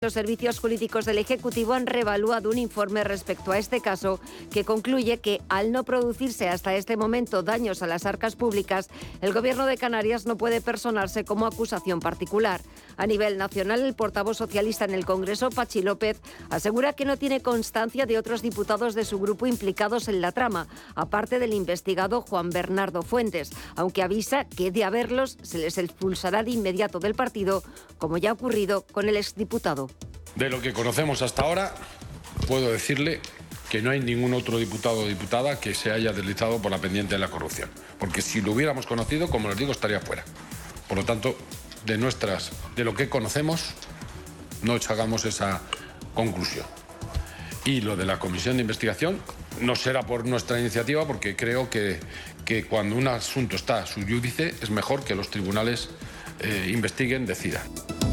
Los servicios jurídicos del Ejecutivo han reevaluado un informe respecto a este caso que concluye que, al no producirse hasta este momento daños a las arcas públicas, el Gobierno de Canarias no puede personarse como acusación particular. A nivel nacional, el portavoz socialista en el Congreso, Patxi López, asegura que no tiene constancia de otros diputados de su grupo implicados en la trama, aparte del investigado Juan Bernardo Fuentes, aunque avisa que, de haberlos, se les expulsará de inmediato del partido, como ya ha ocurrido con el exdiputado. De lo que conocemos hasta ahora, puedo decirle que no hay ningún otro diputado o diputada que se haya deslizado por la pendiente de la corrupción. Porque si lo hubiéramos conocido, como les digo, estaría fuera. Por lo tanto, de lo que conocemos, no hagamos esa conclusión. Y lo de la comisión de investigación no será por nuestra iniciativa, porque creo que cuando un asunto está sub iudice, es mejor que los tribunales investiguen, decidan.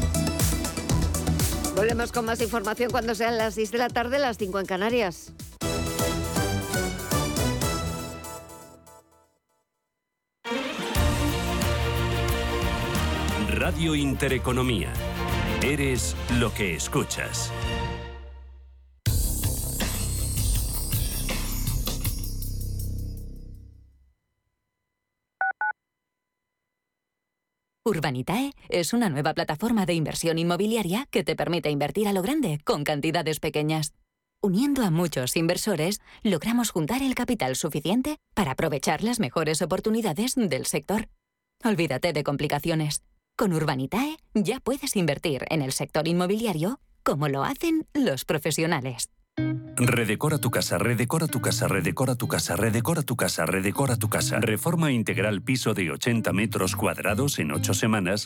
Volvemos con más información cuando sean las 6 de la tarde, las 5 en Canarias. Radio Intereconomía. Eres lo que escuchas. Urbanitae es una nueva plataforma de inversión inmobiliaria que te permite invertir a lo grande con cantidades pequeñas. Uniendo a muchos inversores, logramos juntar el capital suficiente para aprovechar las mejores oportunidades del sector. Olvídate de complicaciones. Con Urbanitae ya puedes invertir en el sector inmobiliario como lo hacen los profesionales. Redecora tu casa, redecora tu casa, redecora tu casa, redecora tu casa, redecora tu casa. Reforma integral piso de 80 metros cuadrados en 8 semanas,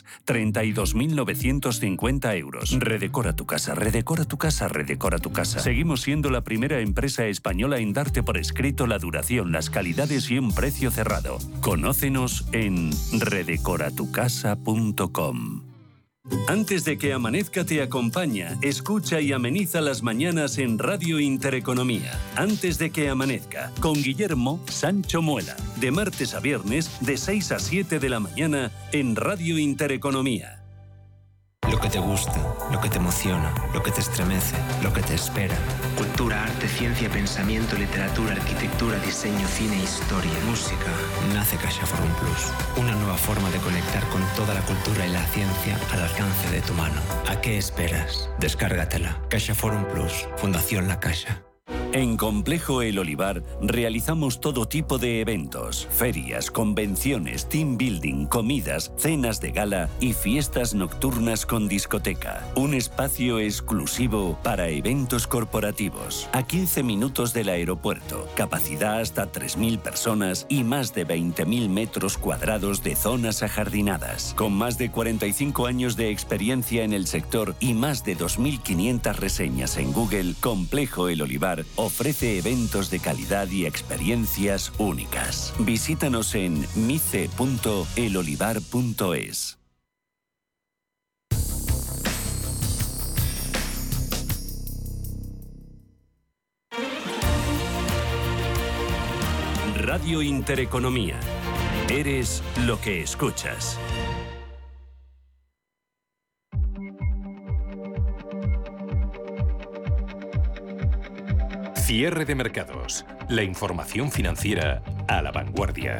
32.950 euros. Redecora tu casa, redecora tu casa, redecora tu casa. Seguimos siendo la primera empresa española en darte por escrito la duración, las calidades y un precio cerrado. Conócenos en redecoratucasa.com. Antes de que amanezca te acompaña, escucha y ameniza las mañanas en Radio Intereconomía. Antes de que amanezca, con Guillermo Sancho Muela. De martes a viernes, de 6 a 7 de la mañana, en Radio Intereconomía. Lo que te gusta, lo que te emociona, lo que te estremece, lo que te espera. Cultura, arte, ciencia, pensamiento, literatura, arquitectura, diseño, cine, historia, música. Nace CaixaForum Plus. Una nueva forma de conectar con toda la cultura y la ciencia al alcance de tu mano. ¿A qué esperas? Descárgatela. CaixaForum Plus. Fundación La Caixa. En Complejo El Olivar realizamos todo tipo de eventos, ferias, convenciones, team building, comidas, cenas de gala y fiestas nocturnas con discoteca. Un espacio exclusivo para eventos corporativos. A 15 minutos del aeropuerto, capacidad hasta 3.000 personas y más de 20.000 metros cuadrados de zonas ajardinadas. Con más de 45 años de experiencia en el sector y más de 2.500 reseñas en Google, Complejo El Olivar ofrece eventos de calidad y experiencias únicas. Visítanos en mice.elolivar.es. Radio Intereconomía. Eres lo que escuchas. Cierre de mercados. La información financiera a la vanguardia.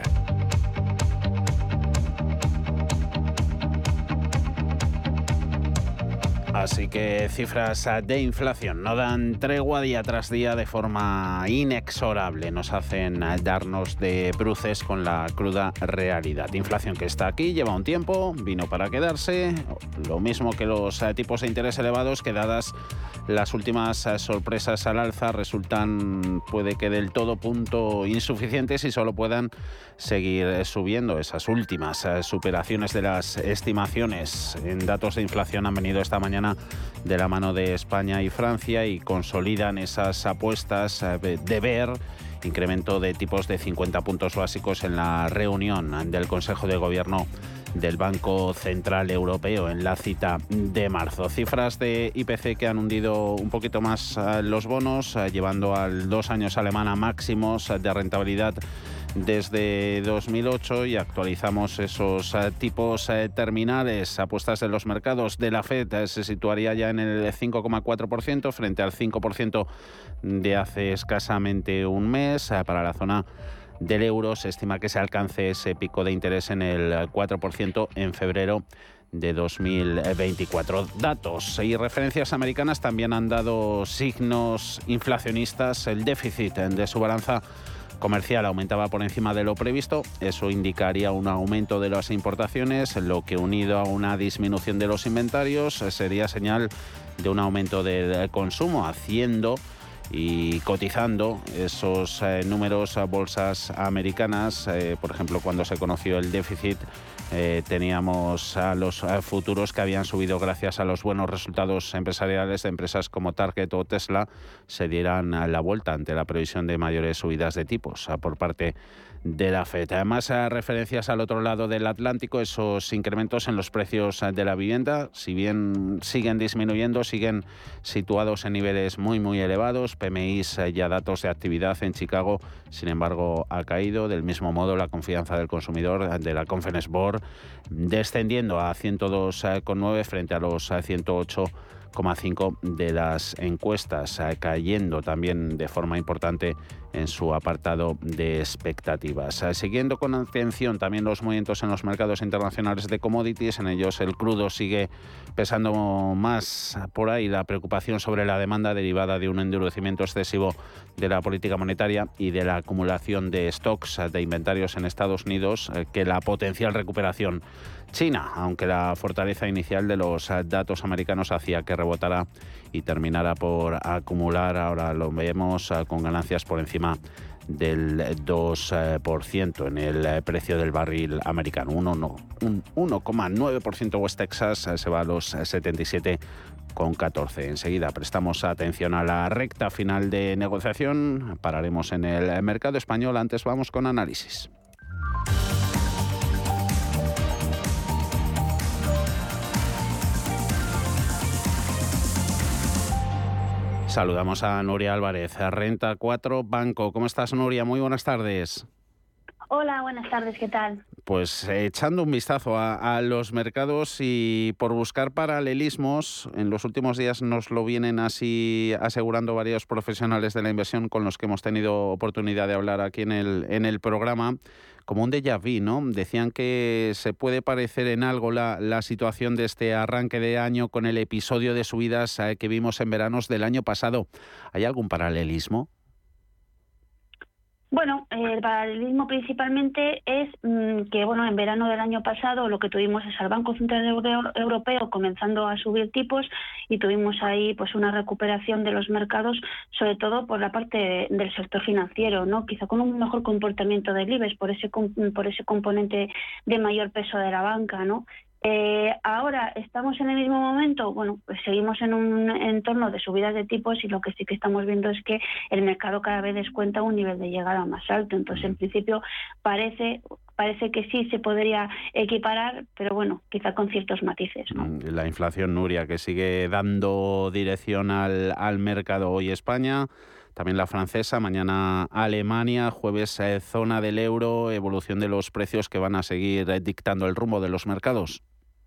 Así que cifras de inflación no dan tregua día tras día de forma inexorable. Nos hacen darnos de bruces con la cruda realidad. Inflación que está aquí, lleva un tiempo, vino para quedarse. Lo mismo que los tipos de interés elevados, que dadas las últimas sorpresas al alza resultan, puede que del todo punto, insuficientes y solo puedan seguir subiendo. Esas últimas superaciones de las estimaciones en datos de inflación han venido esta mañana de la mano de España y Francia y consolidan esas apuestas de ver incremento de tipos de 50 puntos básicos en la reunión del Consejo de Gobierno del Banco Central Europeo en la cita de marzo. Cifras de IPC que han hundido un poquito más los bonos, llevando al 2 años alemán a máximos de rentabilidad desde 2008 y actualizamos esos tipos terminales. Apuestas de los mercados de la FED se situaría ya en el 5,4% frente al 5% de hace escasamente un mes. Para la zona del euro se estima que se alcance ese pico de interés en el 4% en febrero de 2024. Datos y referencias americanas también han dado signos inflacionistas. El déficit de su balanza comercial aumentaba por encima de lo previsto. Eso indicaría un aumento de las importaciones, lo que unido a una disminución de los inventarios sería señal de un aumento del consumo, haciendo y cotizando esos números a bolsas americanas. Por ejemplo, cuando se conoció el déficit, teníamos a los futuros que habían subido gracias a los buenos resultados empresariales de empresas como Target o Tesla, se dieran la vuelta ante la previsión de mayores subidas de tipos por parte de la FED. Además, referencias al otro lado del Atlántico, esos incrementos en los precios de la vivienda, si bien siguen disminuyendo, siguen situados en niveles muy elevados. PMIs, ya datos de actividad en Chicago, sin embargo, ha caído. Del mismo modo, la confianza del consumidor de la Conference Board descendiendo a 102,9 frente a los 108,5 de las encuestas, cayendo también de forma importante en su apartado de expectativas. Siguiendo con atención también los movimientos en los mercados internacionales de commodities, en ellos el crudo sigue pesando más. Por ahí la preocupación sobre la demanda derivada de un endurecimiento excesivo de la política monetaria y de la acumulación de stocks de inventarios en Estados Unidos, que la potencial recuperación China, aunque la fortaleza inicial de los datos americanos hacía que rebotara y terminara por acumular. Ahora lo vemos con ganancias por encima del 2% en el precio del barril americano. Un 1,9% West Texas se va a los 77,14. Enseguida prestamos atención a la recta final de negociación. Pararemos en el mercado español. Antes vamos con análisis. Saludamos a Nuria Álvarez, Renta 4 Banco. ¿Cómo estás, Nuria? Muy buenas tardes. Hola, buenas tardes, ¿qué tal? Pues echando un vistazo a los mercados y por buscar paralelismos, en los últimos días nos lo vienen así asegurando varios profesionales de la inversión con los que hemos tenido oportunidad de hablar aquí en el programa, como un déjà vu, ¿no? Decían que se puede parecer en algo la situación de este arranque de año con el episodio de subidas que vimos en veranos del año pasado. ¿Hay algún paralelismo? Bueno, el paralelismo principalmente es que, bueno, en verano del año pasado lo que tuvimos es al Banco Central Europeo comenzando a subir tipos y tuvimos ahí pues una recuperación de los mercados, sobre todo por la parte del sector financiero, ¿no? Quizá con un mejor comportamiento del IBEX por ese componente de mayor peso de la banca, ¿no? Ahora estamos en el mismo momento, bueno, pues seguimos en un entorno de subidas de tipos y lo que sí que estamos viendo es que el mercado cada vez descuenta un nivel de llegada más alto. Entonces, en principio, parece que sí se podría equiparar, pero bueno, quizá con ciertos matices, ¿no? La inflación, Nuria, que sigue dando dirección al mercado. Hoy España, también la francesa, mañana Alemania, jueves zona del euro, evolución de los precios que van a seguir dictando el rumbo de los mercados.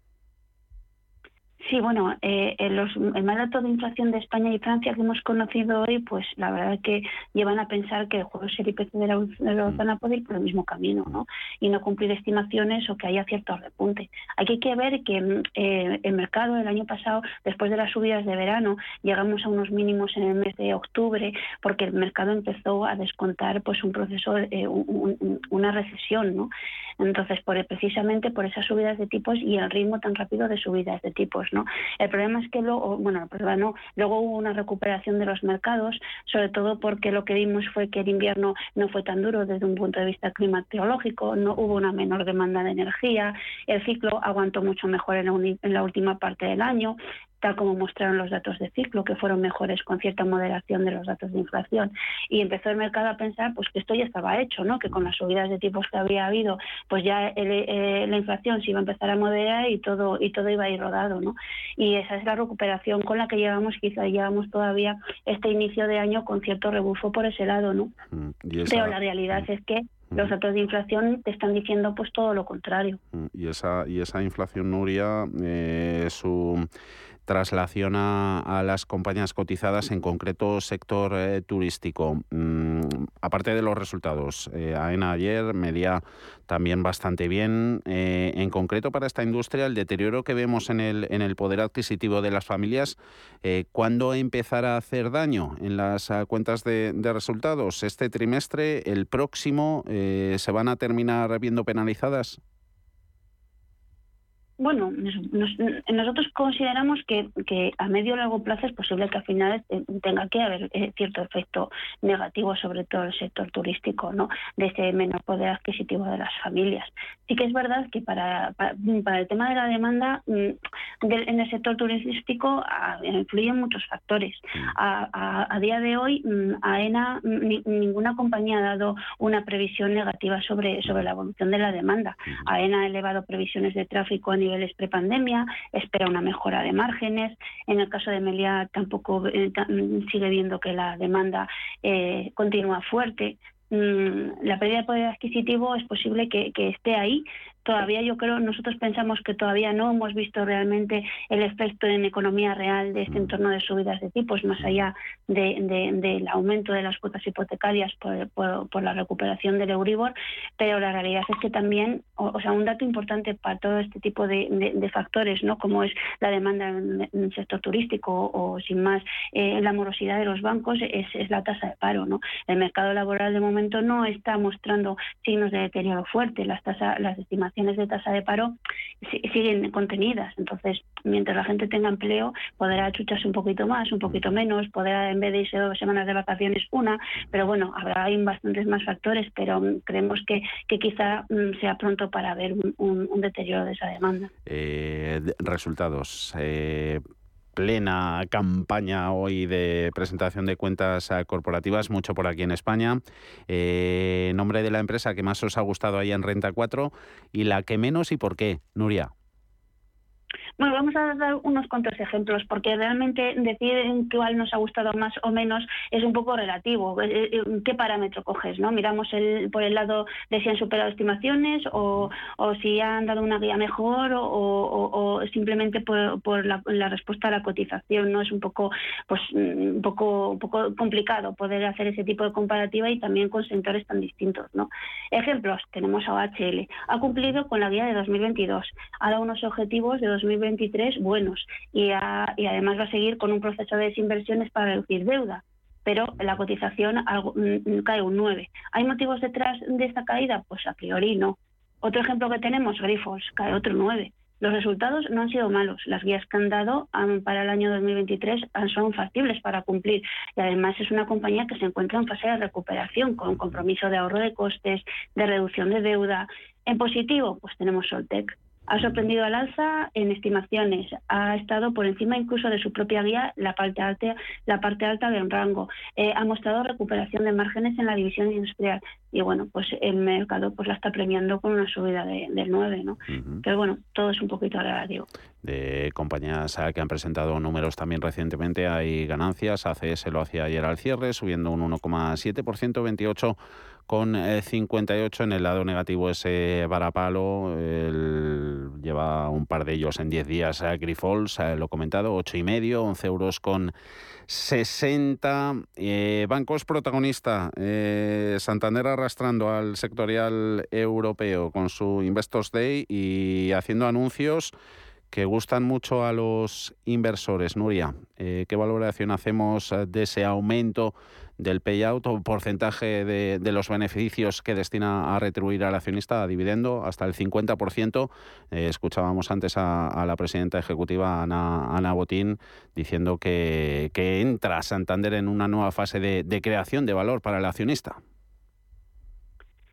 Sí, bueno, el mal dato de inflación de España y Francia que hemos conocido hoy, pues la verdad es que llevan a pensar que el jueves el IPC de la eurozona puede ir por el mismo camino, ¿no? Y no cumplir estimaciones o que haya cierto repunte. Hay que ver que el mercado el año pasado, después de las subidas de verano, llegamos a unos mínimos en el mes de octubre porque el mercado empezó a descontar pues un proceso, una recesión, ¿no? Entonces, precisamente por esas subidas de tipos y el ritmo tan rápido de subidas de tipos, ¿no? El problema es que luego hubo una recuperación de los mercados, sobre todo porque lo que vimos fue que el invierno no fue tan duro desde un punto de vista climatológico, no hubo una menor demanda de energía, el ciclo aguantó mucho mejor en la última parte del año. tal como mostraron los datos de ciclo, que fueron mejores con cierta moderación de los datos de inflación. Y empezó el mercado a pensar pues que esto ya estaba hecho, ¿no? Que con las subidas de tipos que había habido, pues ya la inflación se iba a empezar a moderar y todo iba a ir rodado, ¿no? Y esa es la recuperación con la que llevamos todavía este inicio de año con cierto rebufo por ese lado, ¿no? Pero la realidad es que los datos de inflación te están diciendo pues todo lo contrario. Y esa inflación, Nuria, su traslación a las compañías cotizadas, en concreto sector turístico. Aparte de los resultados, AENA ayer medía también bastante bien. En concreto para esta industria, el deterioro que vemos en el poder adquisitivo de las familias, ¿cuándo empezará a hacer daño en las cuentas de resultados? ¿Este trimestre, el próximo, se van a terminar viendo penalizadas? Bueno, nosotros consideramos que a medio y largo plazo es posible que al final tenga que haber cierto efecto negativo, sobre todo el sector turístico, ¿no? De ese menor poder adquisitivo de las familias. Sí que es verdad que para el tema de la demanda en el sector turístico influyen muchos factores. A día de hoy, AENA, ninguna compañía ha dado una previsión negativa sobre la evolución de la demanda. AENA ha elevado previsiones de tráfico a niveles prepandemia, espera una mejora de márgenes. En el caso de Meliá tampoco sigue viendo que la demanda continúa fuerte. La pérdida de poder adquisitivo es posible que esté ahí. Todavía nosotros pensamos que todavía no hemos visto realmente el efecto en economía real de este entorno de subidas de tipos, más allá del aumento de las cuotas hipotecarias por la recuperación del Euribor, pero la realidad es que también, un dato importante para todo este tipo de factores, ¿no? Como es la demanda en el sector turístico o sin más la morosidad de los bancos, es la tasa de paro, ¿no? El mercado laboral de momento no está mostrando signos de deterioro fuerte, las estimaciones de tasa de paro siguen contenidas. Entonces, mientras la gente tenga empleo, podrá achucharse un poquito más, un poquito menos, podrá, en vez de irse 2 semanas de vacaciones, una, pero bueno, habrá bastantes más factores, pero creemos que quizá sea pronto para ver un deterioro de esa demanda. Resultados. Plena campaña hoy de presentación de cuentas corporativas, mucho por aquí en España. Nombre de la empresa que más os ha gustado ahí en Renta 4 y la que menos, y por qué, Nuria. Bueno, vamos a dar unos cuantos ejemplos, porque realmente decir cuál nos ha gustado más o menos es un poco relativo. ¿Qué parámetro coges, no? Miramos por el lado de si han superado estimaciones o si han dado una guía mejor o simplemente por la respuesta a la cotización, ¿no? Es un poco complicado poder hacer ese tipo de comparativa y también con sectores tan distintos, ¿no? Ejemplos, tenemos a OHL. Ha cumplido con la guía de 2022, ha dado unos objetivos de 2023 buenos y además va a seguir con un proceso de desinversiones para reducir deuda, pero la cotización cae un 9. ¿Hay motivos detrás de esta caída? Pues a priori no. Otro ejemplo que tenemos, Grifols, cae otro 9. Los resultados no han sido malos. Las guías que han dado para el año 2023 son factibles para cumplir. Y además es una compañía que se encuentra en fase de recuperación, con compromiso de ahorro de costes, de reducción de deuda. En positivo, pues tenemos Soltec. Ha sorprendido al alza en estimaciones, ha estado por encima incluso de su propia guía, la parte alta del rango, ha mostrado recuperación de márgenes en la división industrial y bueno, pues el mercado pues la está premiando con una subida del 9, ¿no? Pero bueno, todo es un poquito relativo. De compañías que han presentado números también recientemente hay ganancias. ACS lo hacía ayer al cierre, subiendo un 1,7%, 28,58. En el lado negativo ese varapalo, lleva un par de ellos en 10 días. Grifols, lo he comentado, 8,5, 11,60 €. Bancos protagonista, Santander arrastrando al sectorial europeo con su Investors Day y haciendo anuncios que gustan mucho a los inversores. Nuria, ¿qué valoración hacemos de ese aumento del payout o porcentaje de los beneficios que destina a retribuir al accionista, a dividendo, hasta el 50%? Escuchábamos antes a la presidenta ejecutiva, Ana Botín, diciendo que entra Santander en una nueva fase de creación de valor para el accionista.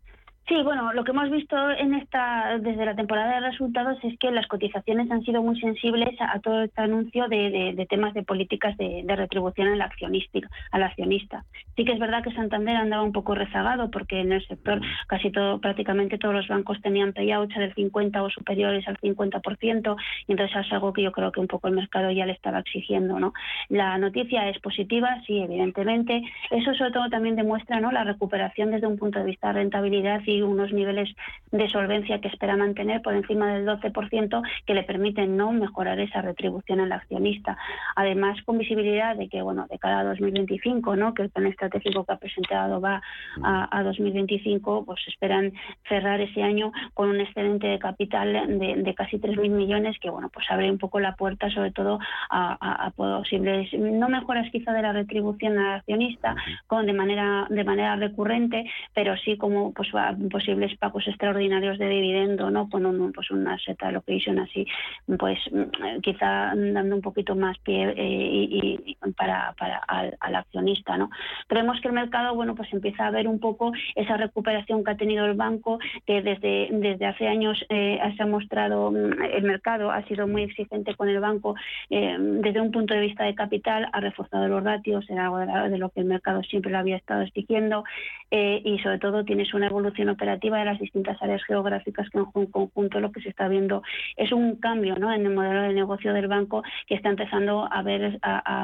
Sí, bueno, lo que hemos visto desde la temporada de resultados es que las cotizaciones han sido muy sensibles a todo este anuncio de temas de políticas de retribución al accionista. Sí que es verdad que Santander andaba un poco rezagado porque en el sector prácticamente todos los bancos tenían payouts del 50 o superiores al 50%, y entonces es algo que yo creo que un poco el mercado ya le estaba exigiendo, ¿no? La noticia es positiva, sí, evidentemente. Eso sobre todo también demuestra, ¿no?, la recuperación desde un punto de vista de rentabilidad y unos niveles de solvencia que espera mantener por encima del 12%, que le permiten no mejorar esa retribución al accionista. Además, con visibilidad de que, bueno, de cara a 2025, ¿no?, que el plan estratégico que ha presentado va a 2025, pues esperan cerrar ese año con un excedente de capital de casi 3.000 millones, que, bueno, pues abre un poco la puerta sobre todo a posibles, no mejoras quizá de la retribución al accionista de manera recurrente, pero sí como pues posibles pagos extraordinarios de dividendo, ¿no?, con una set allocation así, pues quizá dando un poquito más pie para al accionista, ¿no? Creemos que el mercado, bueno, pues empieza a ver un poco esa recuperación que ha tenido el banco, que desde hace años se ha mostrado, el mercado ha sido muy exigente con el banco desde un punto de vista de capital, ha reforzado los ratios, era algo de lo que el mercado siempre lo había estado exigiendo, y sobre todo tienes una evolución operativa de las distintas áreas geográficas que en conjunto lo que se está viendo es un cambio, ¿no?, en el modelo de negocio del banco que está empezando a ver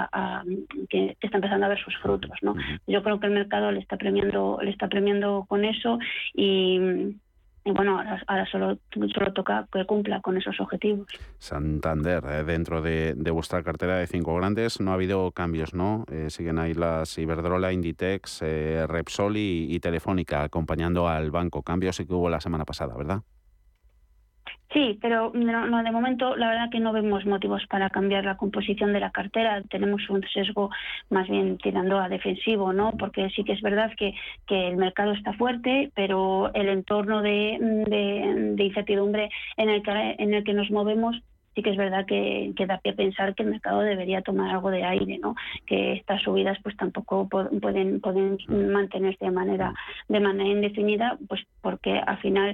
que está empezando a ver sus frutos, ¿no? Yo creo que el mercado le está premiando con eso y bueno, ahora solo toca que cumpla con esos objetivos. Santander, dentro de vuestra cartera de 5 grandes no ha habido cambios, ¿no? Siguen ahí las Iberdrola, Inditex, Repsol y Telefónica acompañando al banco. Cambios sí que hubo la semana pasada, ¿verdad? Sí, pero no, de momento la verdad que no vemos motivos para cambiar la composición de la cartera. Tenemos un sesgo más bien tirando a defensivo, ¿no? Porque sí que es verdad que el mercado está fuerte, pero el entorno de incertidumbre en el que nos movemos sí que es verdad que da pie a pensar que el mercado debería tomar algo de aire, ¿no? Que estas subidas pues tampoco pueden mantenerse de manera indefinida, pues porque al final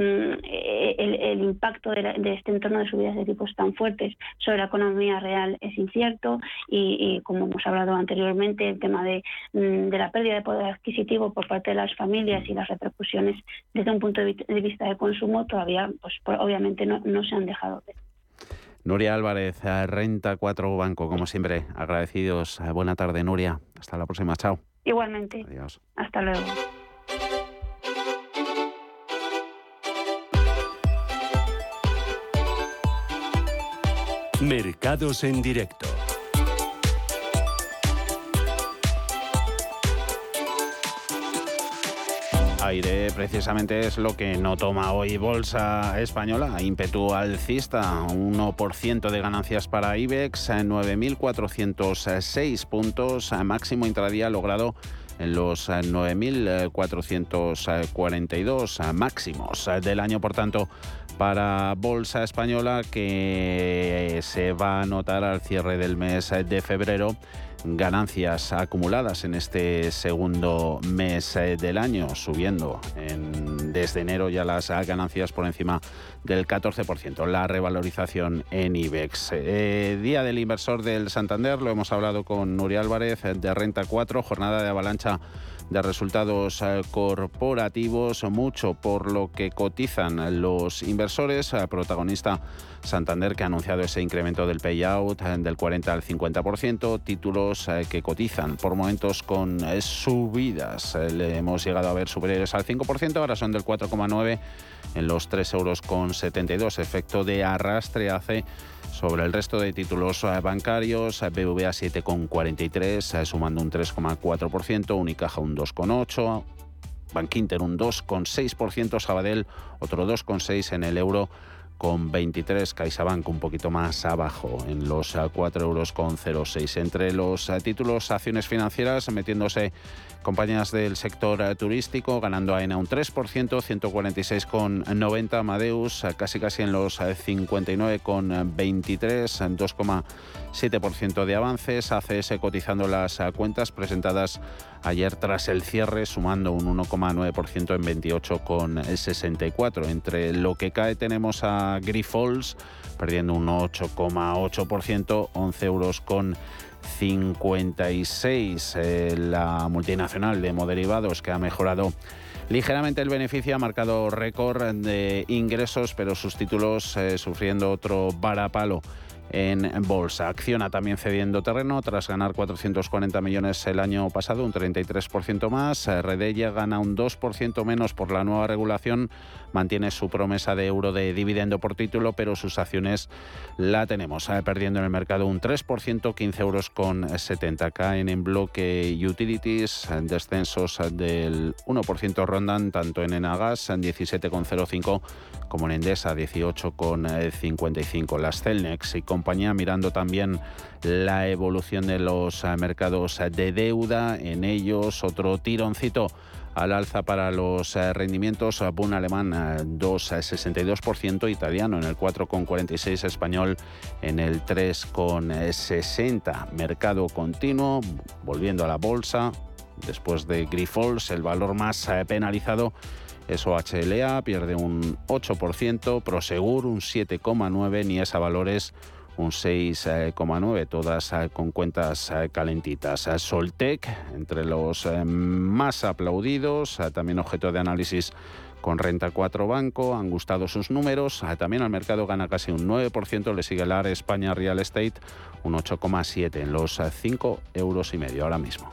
el impacto de este entorno de subidas de tipos tan fuertes sobre la economía real es incierto y como hemos hablado anteriormente, el tema de la pérdida de poder adquisitivo por parte de las familias y las repercusiones desde un punto de vista de consumo todavía pues obviamente no se han dejado ver. Nuria Álvarez, Renta 4 Banco, como siempre, agradecidos. Buena tarde, Nuria. Hasta la próxima. Chao. Igualmente. Adiós. Hasta luego. Mercados en directo. Aire precisamente es lo que no toma hoy Bolsa Española, ímpetu alcista, 1% de ganancias para IBEX, 9.406 puntos, máximo intradía logrado en los 9.442 máximos del año, por tanto, para Bolsa Española, que se va a notar al cierre del mes de febrero. Ganancias acumuladas en este segundo mes del año, subiendo desde enero ya las ganancias por encima del 14%, la revalorización en IBEX. Día del inversor del Santander, lo hemos hablado con Nuria Álvarez, de Renta 4, jornada de avalancha de resultados corporativos, mucho por lo que cotizan los inversores. Protagonista Santander, que ha anunciado ese incremento del payout del 40 al 50%, títulos que cotizan por momentos con subidas. Le hemos llegado a ver superiores al 5%, ahora son del 4,9 en los 3,72 €. Efecto de arrastre hace sobre el resto de títulos bancarios, BBVA 7,43, sumando un 3,4%, Unicaja un 2,8%, Bankinter un 2,6%, Sabadell otro 2,6% en el euro 4,23 €, CaixaBank un poquito más abajo, en los 4,06 €. Entre los títulos, acciones financieras, metiéndose compañías del sector turístico, ganando AENA un 3%, 146,90, Amadeus casi en los 59,23, 2,7% de avances, ACS cotizando las cuentas presentadas ayer tras el cierre, sumando un 1,9% en 28,64. Entre lo que cae tenemos a Grifols perdiendo un 8,8%, 11,56 €. La multinacional de hemoderivados, que ha mejorado ligeramente el beneficio, ha marcado récord de ingresos, pero sus títulos sufriendo otro varapalo en bolsa. Acciona también cediendo terreno tras ganar 440 millones el año pasado, un 33% más. Redella gana un 2% menos por la nueva regulación, mantiene su promesa de euro de dividendo por título, pero sus acciones la tenemos perdiendo en el mercado un 3%, 15,70 €. Caen en bloque utilities, descensos del 1% rondan tanto en Enagas, 17,05, como en Endesa, 18,55. Las Celnex y compañía mirando también la evolución de los mercados de deuda. En ellos otro tironcito al alza para los rendimientos. Bund alemán 2,62%, italiano en el 4,46%, español en el 3,60%. Mercado continuo, volviendo a la bolsa, después de Grifols, el valor más penalizado es OHLA, pierde un 8%, Prosegur un 7,9%, Niesa Valores un 6,9%, todas con cuentas calentitas. Soltec, entre los más aplaudidos, también objeto de análisis con Renta 4 Banco, han gustado sus números, también al mercado gana casi un 9%, le sigue la España Real Estate, un 8,7% en los 5,5 € ahora mismo.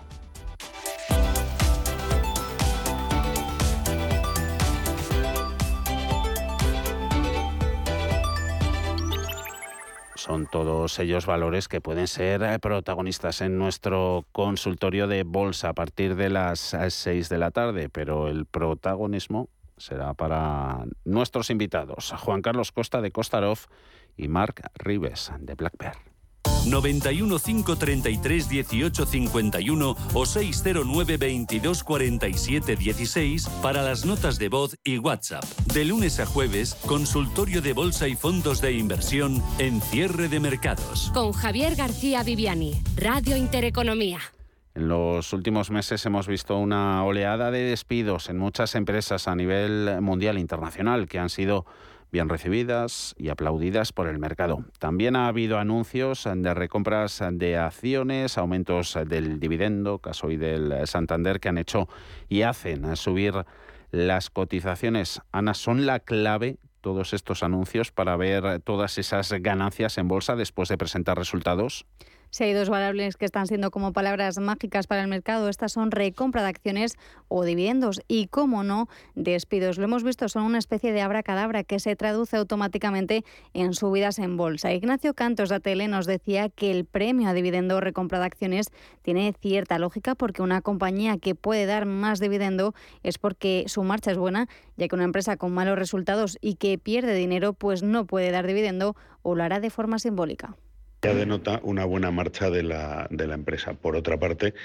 Son todos ellos valores que pueden ser protagonistas en nuestro consultorio de bolsa a partir de las 6 de la tarde, pero el protagonismo será para nuestros invitados, Juan Carlos Costa de Costarov y Marc Ribes de Black Bear. 91 533 18 51 o 609 22 47 16 para las notas de voz y WhatsApp. De lunes a jueves, consultorio de bolsa y fondos de inversión en cierre de mercados. Con Javier García Viviani, Radio Intereconomía. En los últimos meses hemos visto una oleada de despidos en muchas empresas a nivel mundial e internacional que han sido bien recibidas y aplaudidas por el mercado. También ha habido anuncios de recompras de acciones, aumentos del dividendo, caso hoy del Santander, que han hecho y hacen subir las cotizaciones. Ana, ¿son la clave todos estos anuncios para ver todas esas ganancias en bolsa después de presentar resultados? Si hay dos variables que están siendo como palabras mágicas para el mercado, estas son recompra de acciones o dividendos y, cómo no, despidos. Lo hemos visto, son una especie de abracadabra que se traduce automáticamente en subidas en bolsa. Ignacio Cantos de ATL nos decía que el premio a dividendo o recompra de acciones tiene cierta lógica porque una compañía que puede dar más dividendo es porque su marcha es buena, ya que una empresa con malos resultados y que pierde dinero pues no puede dar dividendo o lo hará de forma simbólica. Ya denota una buena marcha de la empresa. Por otra parte,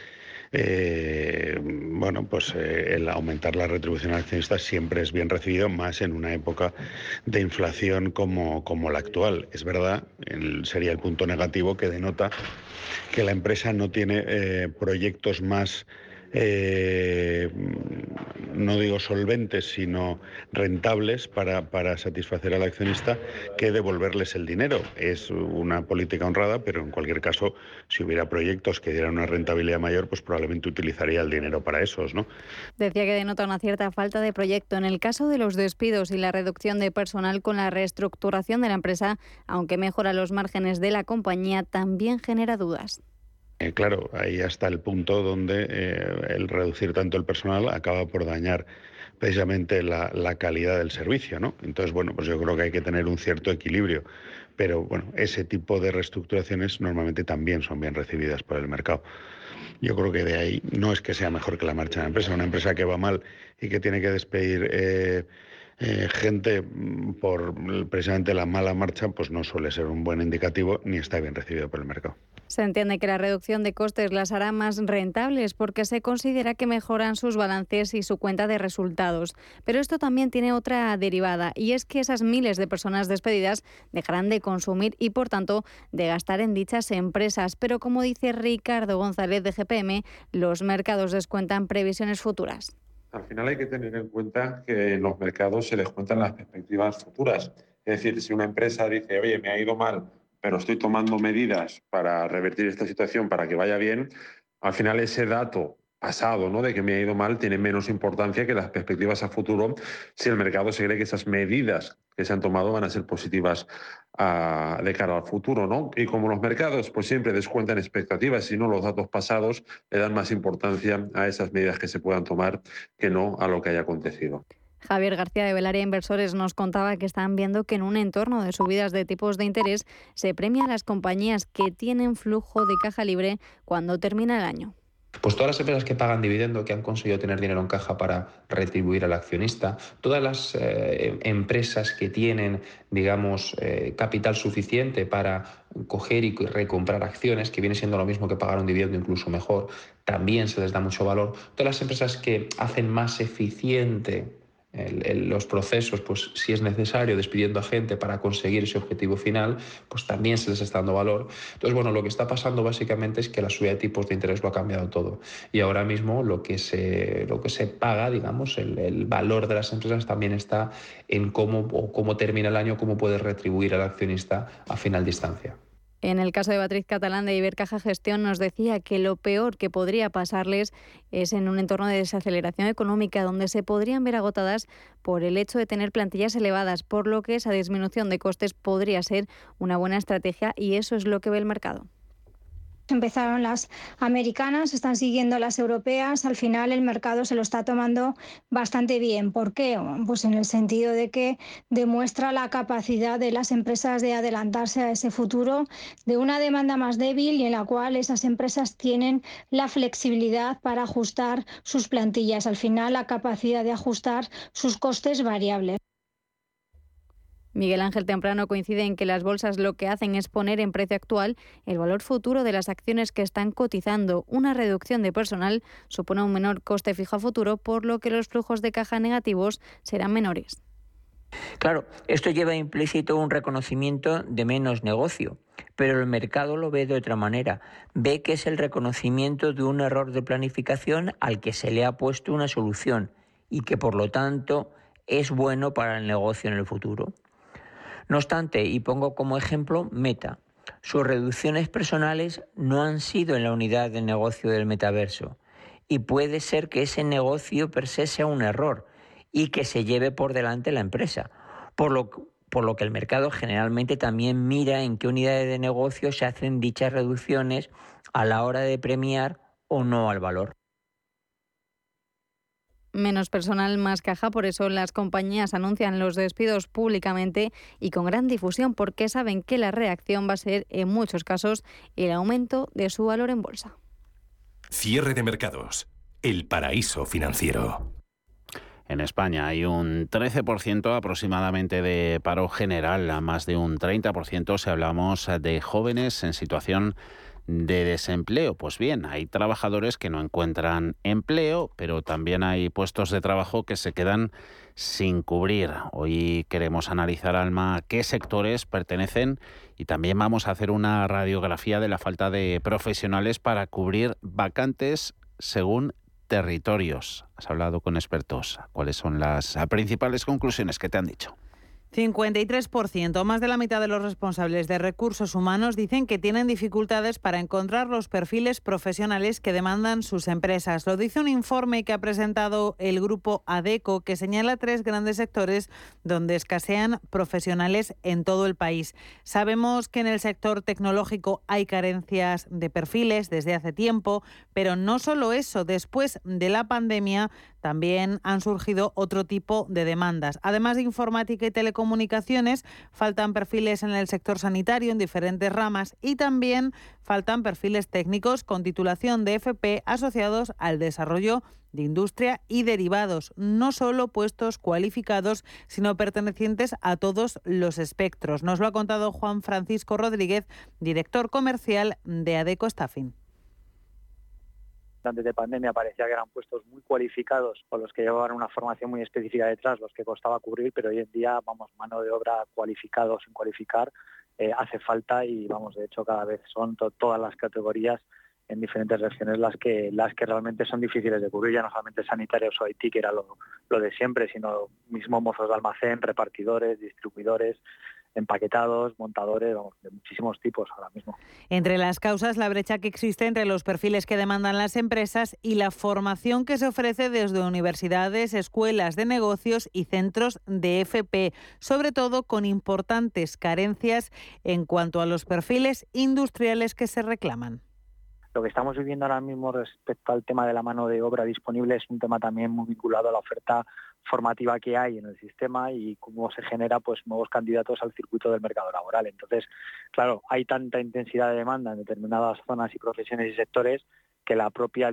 el aumentar la retribución al accionista siempre es bien recibido, más en una época de inflación como la actual. Es verdad, sería el punto negativo que denota que la empresa no tiene proyectos más, no digo solventes, sino rentables para satisfacer al accionista que devolverles el dinero. Es una política honrada, pero en cualquier caso, si hubiera proyectos que dieran una rentabilidad mayor, pues probablemente utilizaría el dinero para esos, ¿no? Decía que denota una cierta falta de proyecto. En el caso de los despidos y la reducción de personal con la reestructuración de la empresa, aunque mejora los márgenes de la compañía, también genera dudas. Claro, ahí hasta el punto donde el reducir tanto el personal acaba por dañar precisamente la calidad del servicio, ¿no? Entonces, pues yo creo que hay que tener un cierto equilibrio, pero ese tipo de reestructuraciones normalmente también son bien recibidas por el mercado. Yo creo que de ahí no es que sea mejor que la marcha de la empresa. Una empresa que va mal y que tiene que despedir gente por precisamente la mala marcha, pues no suele ser un buen indicativo ni está bien recibido por el mercado. Se entiende que la reducción de costes las hará más rentables porque se considera que mejoran sus balances y su cuenta de resultados. Pero esto también tiene otra derivada, y es que esas miles de personas despedidas dejarán de consumir y, por tanto, de gastar en dichas empresas. Pero, como dice Ricardo González de GPM, los mercados descuentan previsiones futuras. Al final hay que tener en cuenta que en los mercados se les cuentan las perspectivas futuras. Es decir, si una empresa dice, oye, me ha ido mal, pero estoy tomando medidas para revertir esta situación para que vaya bien, al final ese dato pasado, ¿no?, de que me ha ido mal tiene menos importancia que las perspectivas a futuro si el mercado se cree que esas medidas que se han tomado van a ser positivas de cara al futuro, ¿no? Y como los mercados pues siempre descuentan expectativas, si no los datos pasados le dan más importancia a esas medidas que se puedan tomar que no a lo que haya acontecido. Javier García de Belaria Inversores nos contaba que están viendo que en un entorno de subidas de tipos de interés se premia a las compañías que tienen flujo de caja libre cuando termina el año. Pues todas las empresas que pagan dividendo, que han conseguido tener dinero en caja para retribuir al accionista, todas las empresas que tienen, digamos, capital suficiente para coger y recomprar acciones, que viene siendo lo mismo que pagar un dividendo, incluso mejor, también se les da mucho valor. Todas las empresas que hacen más eficiente los procesos, pues si es necesario, despidiendo a gente para conseguir ese objetivo final, pues también se les está dando valor. Entonces, bueno, lo que está pasando básicamente es que la subida de tipos de interés lo ha cambiado todo. Y ahora mismo lo que se paga, digamos, el valor de las empresas también está en cómo termina el año, cómo puede retribuir al accionista a final de instancia. En el caso de Beatriz Catalán de Ibercaja Gestión nos decía que lo peor que podría pasarles es en un entorno de desaceleración económica donde se podrían ver agotadas por el hecho de tener plantillas elevadas, por lo que esa disminución de costes podría ser una buena estrategia y eso es lo que ve el mercado. Empezaron las americanas, están siguiendo las europeas. Al final el mercado se lo está tomando bastante bien. ¿Por qué? Pues en el sentido de que demuestra la capacidad de las empresas de adelantarse a ese futuro, de una demanda más débil y en la cual esas empresas tienen la flexibilidad para ajustar sus plantillas. Al final la capacidad de ajustar sus costes variables. Miguel Ángel Temprano coincide en que las bolsas lo que hacen es poner en precio actual el valor futuro de las acciones que están cotizando. Una reducción de personal supone un menor coste fijo a futuro, por lo que los flujos de caja negativos serán menores. Claro, esto lleva implícito un reconocimiento de menos negocio, pero el mercado lo ve de otra manera. Ve que es el reconocimiento de un error de planificación al que se le ha puesto una solución y que por lo tanto es bueno para el negocio en el futuro. No obstante, y pongo como ejemplo Meta, sus reducciones personales no han sido en la unidad de negocio del metaverso y puede ser que ese negocio per se sea un error y que se lleve por delante la empresa, por lo que el mercado generalmente también mira en qué unidades de negocio se hacen dichas reducciones a la hora de premiar o no al valor. Menos personal, más caja, por eso las compañías anuncian los despidos públicamente y con gran difusión, porque saben que la reacción va a ser, en muchos casos, el aumento de su valor en bolsa. Cierre de mercados. El paraíso financiero. En España hay un 13% aproximadamente de paro general, a más de un 30% si hablamos de jóvenes en situación de desempleo. Pues bien, hay trabajadores que no encuentran empleo, pero también hay puestos de trabajo que se quedan sin cubrir. Hoy queremos analizar, Alma, a qué sectores pertenecen y también vamos a hacer una radiografía de la falta de profesionales para cubrir vacantes según territorios. Has hablado con expertos. ¿Cuáles son las principales conclusiones que te han dicho? 53%, más de la mitad de los responsables de recursos humanos dicen que tienen dificultades para encontrar los perfiles profesionales que demandan sus empresas. Lo dice un informe que ha presentado el grupo ADECO, que señala 3 grandes sectores donde escasean profesionales en todo el país. Sabemos que en el sector tecnológico hay carencias de perfiles desde hace tiempo, pero no solo eso. Después de la pandemia también han surgido otro tipo de demandas. Además de informática y telecomunicaciones, faltan perfiles en el sector sanitario en diferentes ramas y también faltan perfiles técnicos con titulación de FP asociados al desarrollo de industria y derivados, no solo puestos cualificados, sino pertenecientes a todos los espectros. Nos lo ha contado Juan Francisco Rodríguez, director comercial de Adecco Staffing. Antes de pandemia parecía que eran puestos muy cualificados o los que llevaban una formación muy específica detrás, los que costaba cubrir, pero hoy en día, mano de obra cualificada o sin cualificar hace falta y, de hecho, cada vez son todas las categorías en diferentes regiones las que realmente son difíciles de cubrir, ya no solamente sanitarios o IT, que era lo de siempre, sino mismo mozos de almacén, repartidores, distribuidores, empaquetados, montadores, de muchísimos tipos ahora mismo. Entre las causas, la brecha que existe entre los perfiles que demandan las empresas y la formación que se ofrece desde universidades, escuelas de negocios y centros de FP, sobre todo con importantes carencias en cuanto a los perfiles industriales que se reclaman. Lo que estamos viviendo ahora mismo respecto al tema de la mano de obra disponible es un tema también muy vinculado a la oferta formativa que hay en el sistema y cómo se genera nuevos candidatos al circuito del mercado laboral. Entonces, claro, hay tanta intensidad de demanda en determinadas zonas y profesiones y sectores que la propia,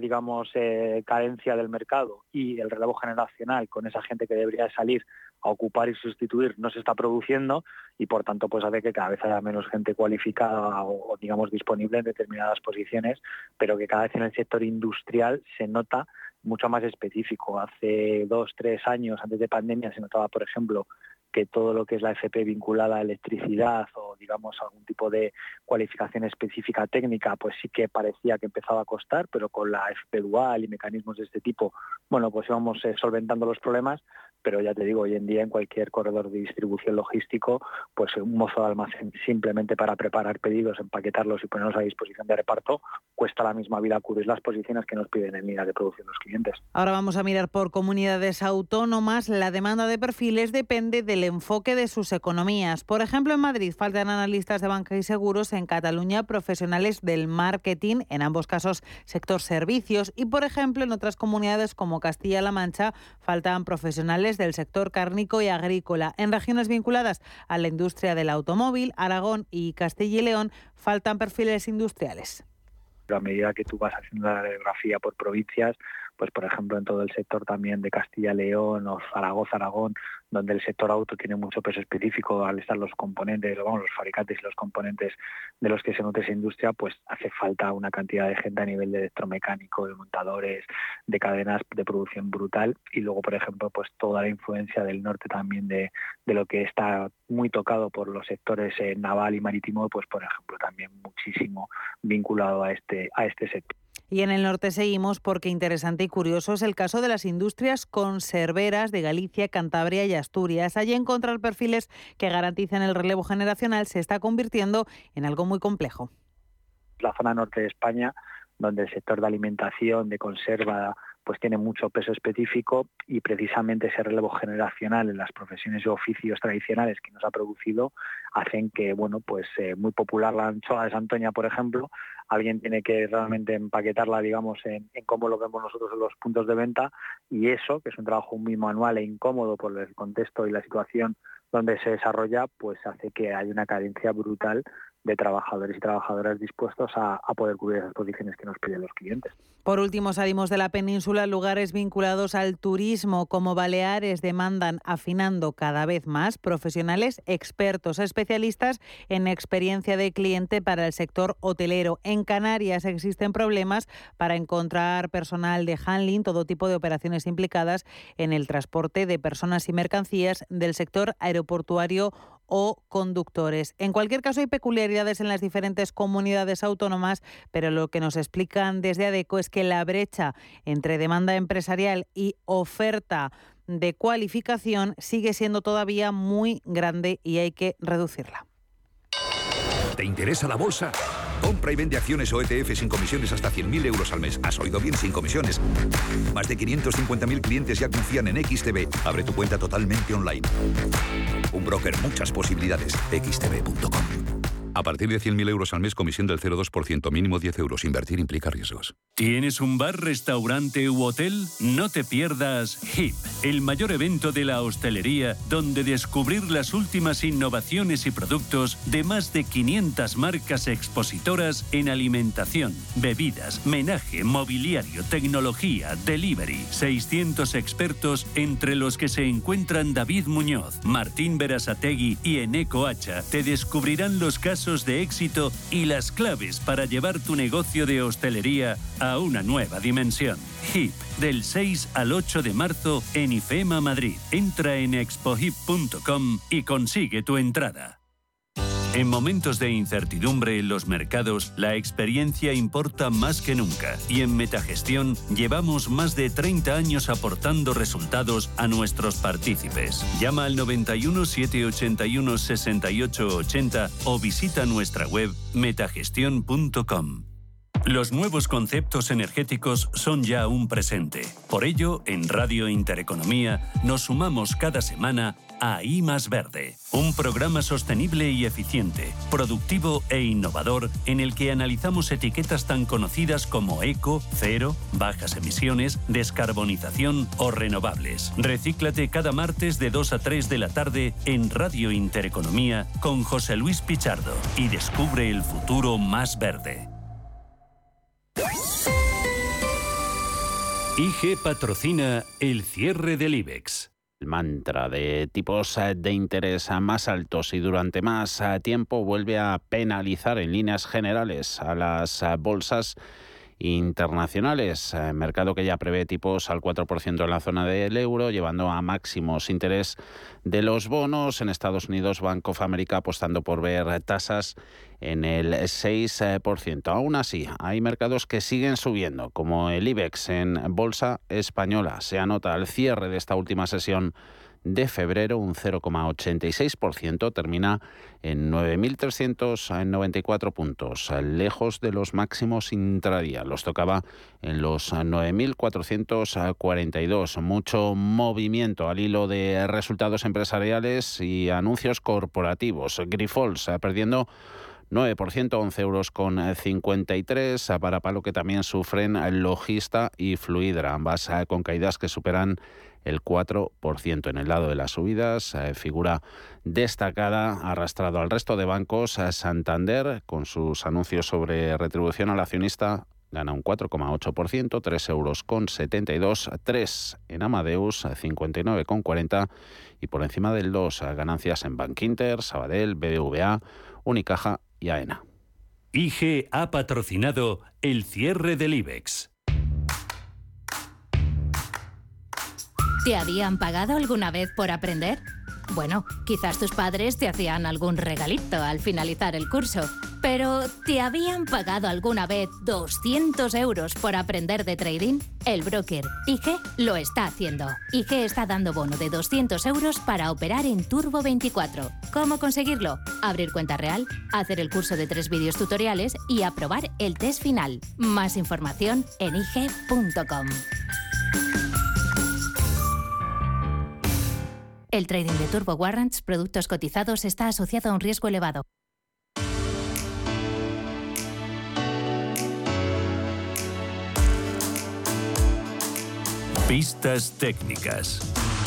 carencia del mercado y el relevo generacional con esa gente que debería salir a ocupar y sustituir no se está produciendo y, por tanto, hace que cada vez haya menos gente cualificada o disponible en determinadas posiciones, pero que cada vez en el sector industrial se nota mucho más específico. Hace 2-3 años, antes de pandemia, se notaba, por ejemplo, que todo lo que es la FP vinculada a electricidad o algún tipo de cualificación específica técnica, pues sí que parecía que empezaba a costar, pero con la FP dual y mecanismos de este tipo, íbamos solventando los problemas, pero ya te digo, hoy en día en cualquier corredor de distribución logístico, un mozo de almacén simplemente para preparar pedidos, empaquetarlos y ponerlos a disposición de reparto, cuesta la misma vida cubrir las posiciones que nos piden en línea de producción los clientes. Ahora vamos a mirar por comunidades autónomas. La demanda de perfiles depende del enfoque de sus economías. Por ejemplo, en Madrid faltan analistas de banca y seguros, en Cataluña profesionales del marketing, en ambos casos sector servicios, y por ejemplo en otras comunidades como Castilla-La Mancha faltan profesionales del sector cárnico y agrícola. En regiones vinculadas a la industria del automóvil, Aragón y Castilla y León faltan perfiles industriales. A medida que tú vas haciendo la radiografía por provincias, por ejemplo, en todo el sector también de Castilla y León o Zaragoza, Aragón, donde el sector auto tiene mucho peso específico al estar los componentes, los fabricantes y los componentes de los que se nutre esa industria, hace falta una cantidad de gente a nivel de electromecánico, de montadores, de cadenas de producción brutal. Y luego, por ejemplo, toda la influencia del norte también de lo que está muy tocado por los sectores naval y marítimo, por ejemplo, también muchísimo vinculado a este sector. Y en el norte seguimos porque interesante y curioso es el caso de las industrias conserveras de Galicia, Cantabria y Asturias. Allí encontrar perfiles que garanticen el relevo generacional se está convirtiendo en algo muy complejo. La zona norte de España, donde el sector de alimentación, de conserva, tiene mucho peso específico y precisamente ese relevo generacional en las profesiones y oficios tradicionales que nos ha producido hacen que, muy popular la anchoa de Santoña, por ejemplo, alguien tiene que realmente empaquetarla, en cómo lo vemos nosotros en los puntos de venta, y eso, que es un trabajo muy manual e incómodo por el contexto y la situación donde se desarrolla, hace que haya una carencia brutal de trabajadores y trabajadoras dispuestos a poder cubrir esas posiciones que nos piden los clientes. Por último, salimos de la península. Lugares vinculados al turismo como Baleares demandan, afinando cada vez más, profesionales expertos, especialistas en experiencia de cliente para el sector hotelero. En Canarias existen problemas para encontrar personal de handling, todo tipo de operaciones implicadas en el transporte de personas y mercancías del sector aeroportuario o conductores. En cualquier caso, hay peculiaridades en las diferentes comunidades autónomas, pero lo que nos explican desde Adecco es que la brecha entre demanda empresarial y oferta de cualificación sigue siendo todavía muy grande y hay que reducirla. ¿Te interesa la bolsa? Compra y vende acciones o ETF sin comisiones hasta 100.000 euros al mes. ¿Has oído bien? Sin comisiones. Más de 550.000 clientes ya confían en XTB. Abre tu cuenta totalmente online. Un broker, muchas posibilidades. XTB.com. A partir de 100.000 euros al mes, comisión del 0,2%, mínimo 10 euros. Invertir implica riesgos. ¿Tienes un bar, restaurante u hotel? No te pierdas HIP, el mayor evento de la hostelería, donde descubrir las últimas innovaciones y productos de más de 500 marcas expositoras en alimentación, bebidas, menaje, mobiliario, tecnología, delivery. 600 expertos, entre los que se encuentran David Muñoz, Martín Berasategui y Eneco Hacha, te descubrirán los casos de éxito y las claves para llevar tu negocio de hostelería a una nueva dimensión. HIP, del 6 al 8 de marzo en IFEMA Madrid. Entra en expohip.com y consigue tu entrada. En momentos de incertidumbre en los mercados, la experiencia importa más que nunca. Y en Metagestión llevamos más de 30 años aportando resultados a nuestros partícipes. Llama al 91 781 68 80 o visita nuestra web metagestión.com. Los nuevos conceptos energéticos son ya un presente. Por ello, en Radio Intereconomía nos sumamos cada semana a I Más Verde, un programa sostenible y eficiente, productivo e innovador en el que analizamos etiquetas tan conocidas como eco, cero, bajas emisiones, descarbonización o renovables. Recíclate cada martes de 2 a 3 de la tarde en Radio Intereconomía con José Luis Pichardo y descubre el futuro más verde. IG patrocina el cierre del IBEX. El mantra de tipos de interés más altos y durante más tiempo vuelve a penalizar en líneas generales a las bolsas internacionales. Mercado que ya prevé tipos al 4% en la zona del euro, llevando a máximos interés de los bonos. En Estados Unidos, Bank of America apostando por ver tasas en el 6%. Aún así, hay mercados que siguen subiendo, como el IBEX en Bolsa Española. Se anota al cierre de esta última sesión de febrero un 0,86%, termina en 9.394 puntos, lejos de los máximos intradía. Los tocaba en los 9.442. Mucho movimiento al hilo de resultados empresariales y anuncios corporativos. Grifols perdiendo 9%, 11,53 euros. Para palo que también sufren Logista y Fluidra, ambas con caídas que superan el 4%. En el lado de las subidas, figura destacada, arrastrado al resto de bancos, Santander, con sus anuncios sobre retribución al accionista, gana un 4,8%, 3,72 euros. 3 en Amadeus, 59,40, y por encima del 2, ganancias en Bankinter, Sabadell, BBVA, Unicaja y AENA. IG ha patrocinado el cierre del IBEX. ¿Te habían pagado alguna vez por aprender? Bueno, quizás tus padres te hacían algún regalito al finalizar el curso. Pero, ¿te habían pagado alguna vez 200 euros por aprender de trading? El broker IG lo está haciendo. IG está dando bono de 200 euros para operar en Turbo 24. ¿Cómo conseguirlo? Abrir cuenta real, hacer el curso de 3 vídeos tutoriales y aprobar el test final. Más información en ig.com. El trading de Turbo Warrants, productos cotizados, está asociado a un riesgo elevado. Pistas técnicas.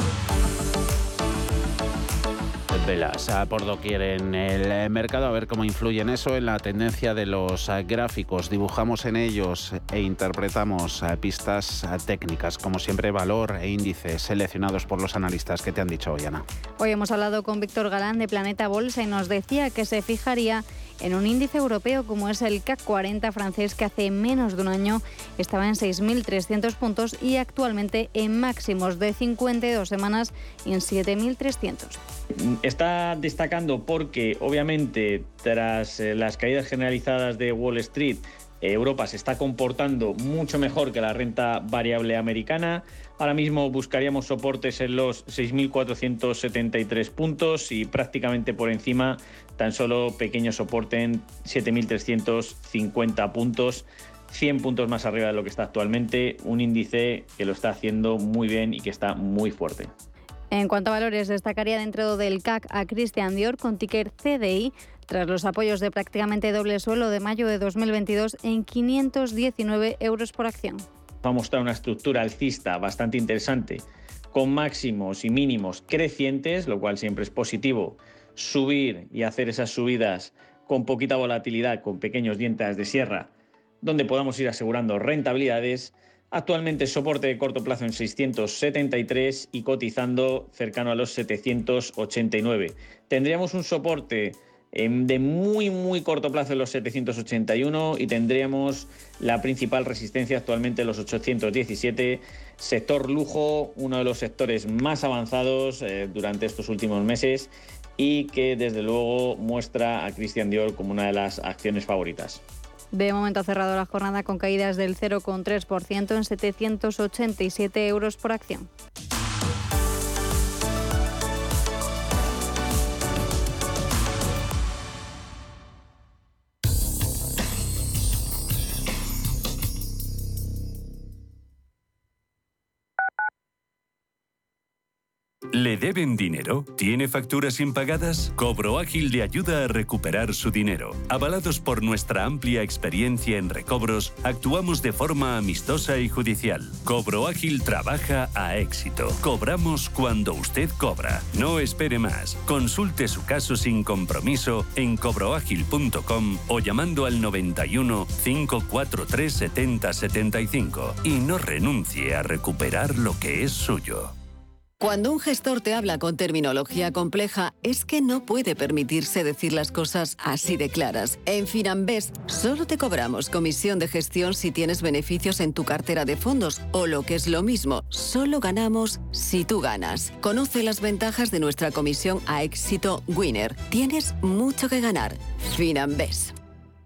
Velas por doquier en el mercado, a ver cómo influye en eso, en la tendencia de los gráficos. Dibujamos en ellos e interpretamos pistas técnicas, como siempre, valor e índice seleccionados por los analistas. ¿Qué te han dicho hoy, Ana? Hoy hemos hablado con Víctor Galán de Planeta Bolsa y nos decía que se fijaría en un índice europeo como es el CAC 40 francés, que hace menos de un año estaba en 6.300 puntos y actualmente en máximos de 52 semanas en 7.300. Está destacando porque, obviamente, tras las caídas generalizadas de Wall Street, Europa se está comportando mucho mejor que la renta variable americana. Ahora mismo buscaríamos soportes en los 6.473 puntos y prácticamente por encima tan solo pequeño soporte en 7.350 puntos. 100 puntos más arriba de lo que está actualmente. Un índice que lo está haciendo muy bien y que está muy fuerte. En cuanto a valores, destacaría dentro del CAC a Christian Dior con ticker CDI. tras los apoyos de prácticamente doble suelo de mayo de 2022 en 519 euros por acción. Va a mostrar una estructura alcista bastante interesante, con máximos y mínimos crecientes, lo cual siempre es positivo. Subir y hacer esas subidas con poquita volatilidad, con pequeños dientes de sierra, donde podamos ir asegurando rentabilidades. Actualmente soporte de corto plazo en 673 y cotizando cercano a los 789. Tendríamos un soporte de muy corto plazo en los 781 y tendríamos la principal resistencia actualmente en los 817. Sector lujo, uno de los sectores más avanzados durante estos últimos meses y que desde luego muestra a Christian Dior como una de las acciones favoritas. De momento ha cerrado la jornada con caídas del 0,3% en 787 euros por acción. ¿Le deben dinero? ¿Tiene facturas impagadas? Cobro Ágil le ayuda a recuperar su dinero. Avalados por nuestra amplia experiencia en recobros, actuamos de forma amistosa y judicial. Cobro Ágil trabaja a éxito. Cobramos cuando usted cobra. No espere más. Consulte su caso sin compromiso en cobroagil.com o llamando al 91 543 70 75 y no renuncie a recuperar lo que es suyo. Cuando un gestor te habla con terminología compleja, es que no puede permitirse decir las cosas así de claras. En Finanbest solo te cobramos comisión de gestión si tienes beneficios en tu cartera de fondos, o lo que es lo mismo, solo ganamos si tú ganas. Conoce las ventajas de nuestra comisión a éxito Winner. Tienes mucho que ganar. Finanbest.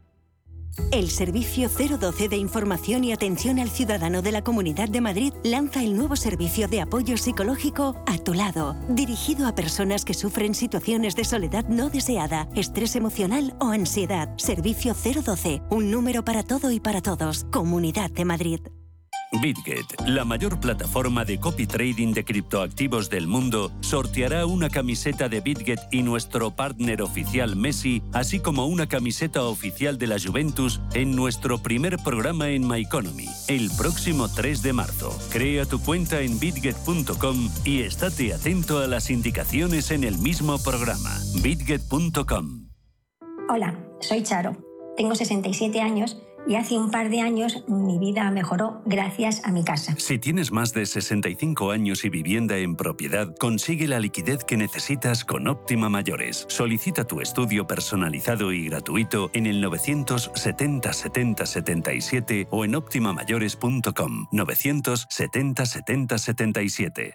El Servicio 012 de Información y Atención al Ciudadano de la Comunidad de Madrid lanza el nuevo servicio de apoyo psicológico A tu lado, dirigido a personas que sufren situaciones de soledad no deseada, estrés emocional o ansiedad. Servicio 012, un número para todo y para todos. Comunidad de Madrid. BitGet, la mayor plataforma de copy trading de criptoactivos del mundo, sorteará una camiseta de BitGet y nuestro partner oficial Messi, así como una camiseta oficial de la Juventus en nuestro primer programa en MyEconomy, el próximo 3 de marzo. Crea tu cuenta en bitget.com y estate atento a las indicaciones en el mismo programa. bitget.com. Hola, soy Charo. Tengo 67 años y hace un par de años mi vida mejoró gracias a mi casa. Si tienes más de 65 años y vivienda en propiedad, consigue la liquidez que necesitas con Óptima Mayores. Solicita tu estudio personalizado y gratuito en el 970 70 77 o en optimamayores.com. 970 70 77.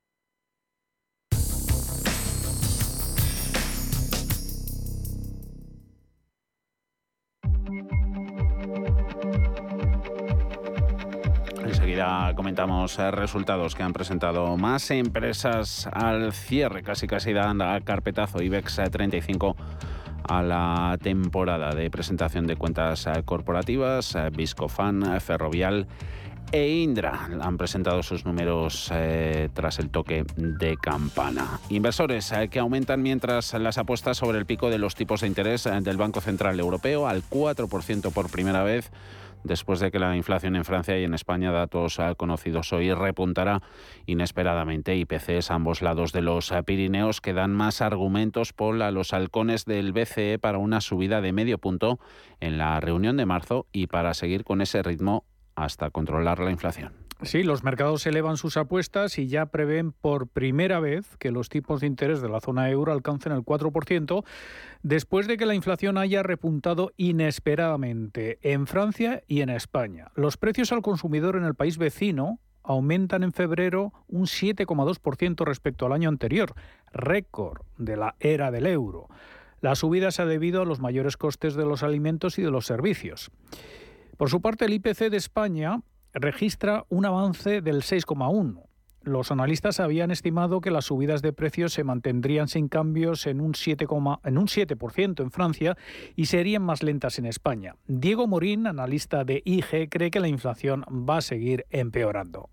Enseguida comentamos resultados que han presentado más empresas al cierre. Casi dan a carpetazo IBEX 35 a la temporada de presentación de cuentas corporativas. Viscofan, Ferrovial e Indra han presentado sus números tras el toque de campana. Inversores que aumentan mientras las apuestas sobre el pico de los tipos de interés del Banco Central Europeo al 4% por primera vez, después de que la inflación en Francia y en España, datos conocidos hoy, repuntará inesperadamente. IPCs a ambos lados de los Pirineos que dan más argumentos a los halcones del BCE para una subida de medio punto en la reunión de marzo y para seguir con ese ritmo hasta controlar la inflación. Sí, los mercados elevan sus apuestas y ya prevén por primera vez que los tipos de interés de la zona euro alcancen el 4%, después de que la inflación haya repuntado inesperadamente en Francia y en España. Los precios al consumidor en el país vecino aumentan en febrero un 7,2% respecto al año anterior, récord de la era del euro. La subida se ha debido a los mayores costes de los alimentos y de los servicios. Por su parte, el IPC de España registra un avance del 6,1%. Los analistas habían estimado que las subidas de precios se mantendrían sin cambios en un 7% en Francia y serían más lentas en España. Diego Morín, analista de IG, cree que la inflación va a seguir empeorando.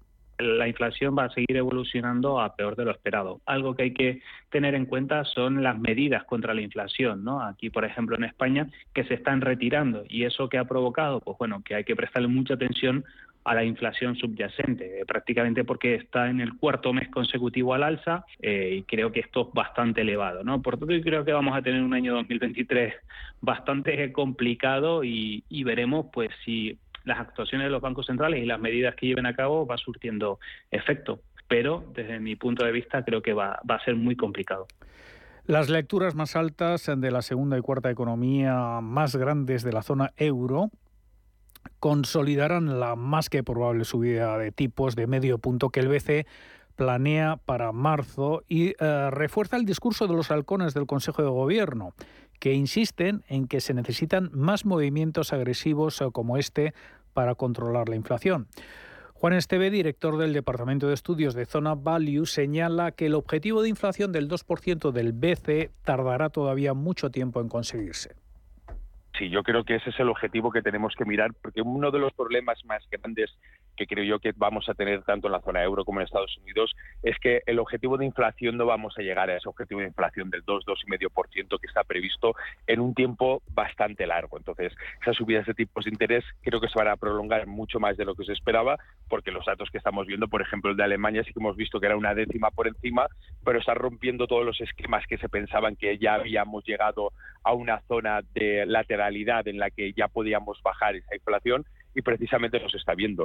la inflación va a seguir evolucionando a peor de lo esperado. Algo que hay que tener en cuenta son las medidas contra la inflación, ¿no? Aquí, por ejemplo, en España, que se están retirando, y eso que ha provocado, pues bueno, que hay que prestarle mucha atención a la inflación subyacente, prácticamente porque está en el cuarto mes consecutivo al alza, y creo que esto es bastante elevado, ¿no? Por tanto, yo creo que vamos a tener un año 2023 bastante complicado y veremos pues si las actuaciones de los bancos centrales y las medidas que lleven a cabo va surtiendo efecto. Pero desde mi punto de vista creo que va a ser muy complicado. Las lecturas más altas de la segunda y cuarta economía más grandes de la zona euro consolidarán la más que probable subida de tipos de medio punto que el BCE planea para marzo y refuerza el discurso de los halcones del Consejo de Gobierno, que insisten en que se necesitan más movimientos agresivos como este para controlar la inflación. Juan Esteve, director del Departamento de Estudios de Zona Value, señala que el objetivo de inflación del 2% del BCE tardará todavía mucho tiempo en conseguirse. Sí, yo creo que ese es el objetivo que tenemos que mirar, porque uno de los problemas más grandes que creo yo que vamos a tener tanto en la zona euro como en Estados Unidos es que el objetivo de inflación no vamos a llegar a ese objetivo de inflación del 2,5% que está previsto en un tiempo bastante largo. Entonces, esas subidas de tipos de interés creo que se van a prolongar mucho más de lo que se esperaba, porque los datos que estamos viendo, por ejemplo, el de Alemania, sí que hemos visto que era una décima por encima, pero está rompiendo todos los esquemas que se pensaban que ya habíamos llegado a una zona de lateralidad en la que ya podíamos bajar esa inflación, y precisamente nos está viendo.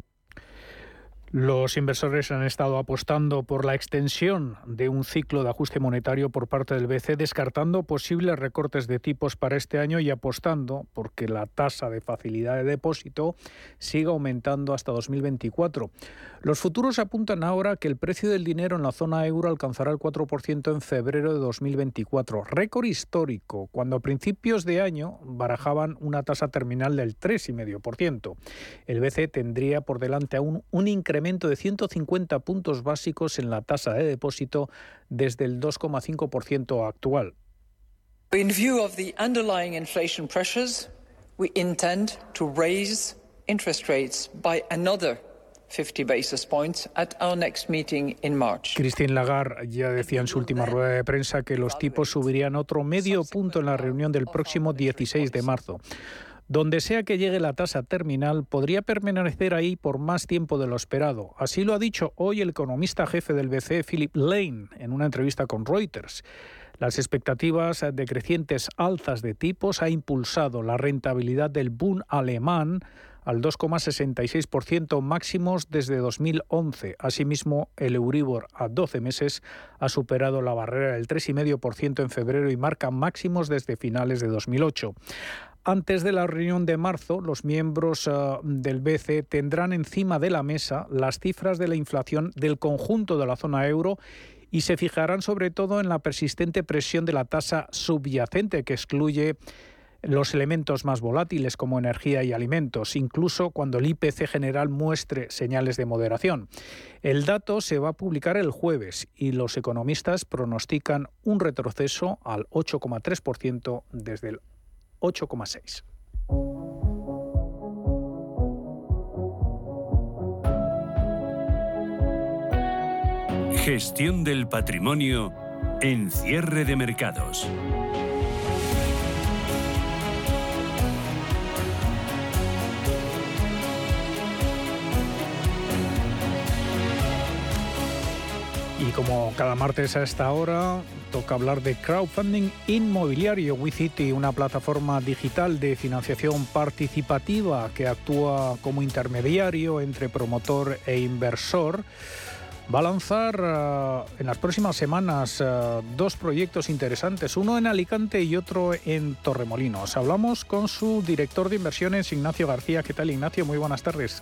Los inversores han estado apostando por la extensión de un ciclo de ajuste monetario por parte del BCE, descartando posibles recortes de tipos para este año y apostando por que la tasa de facilidad de depósito siga aumentando hasta 2024. Los futuros apuntan ahora que el precio del dinero en la zona euro alcanzará el 4% en febrero de 2024, récord histórico, cuando a principios de año barajaban una tasa terminal del 3,5%. El BCE tendría por delante aún un incremento de 150 puntos básicos en la tasa de depósito desde el 2,5% actual. In view of the underlying inflation pressures, we intend to raise interest rates by another 50 basis points at our next meeting in March. Christine Lagarde ya decía en su última rueda de prensa que los tipos subirían otro medio punto en la reunión del próximo 16 de marzo. Donde sea que llegue la tasa terminal, podría permanecer ahí por más tiempo de lo esperado. Así lo ha dicho hoy el economista jefe del BCE, Philip Lane, en una entrevista con Reuters. Las expectativas de crecientes alzas de tipos ha impulsado la rentabilidad del Bund alemán al 2,66%, máximos desde 2011. Asimismo, el Euribor a 12 meses ha superado la barrera del 3,5% en febrero y marca máximos desde finales de 2008. Antes de la reunión de marzo, los miembros del BCE tendrán encima de la mesa las cifras de la inflación del conjunto de la zona euro y se fijarán sobre todo en la persistente presión de la tasa subyacente, que excluye los elementos más volátiles como energía y alimentos, incluso cuando el IPC general muestre señales de moderación. El dato se va a publicar el jueves y los economistas pronostican un retroceso al 8,3% desde el 8,6%. Gestión del patrimonio en cierre de mercados. Y como cada martes a esta hora, toca hablar de crowdfunding inmobiliario. WeCity, una plataforma digital de financiación participativa que actúa como intermediario entre promotor e inversor, va a lanzar en las próximas semanas dos proyectos interesantes, uno en Alicante y otro en Torremolinos. Hablamos con su director de inversiones, Ignacio García. ¿Qué tal, Ignacio? Muy buenas tardes.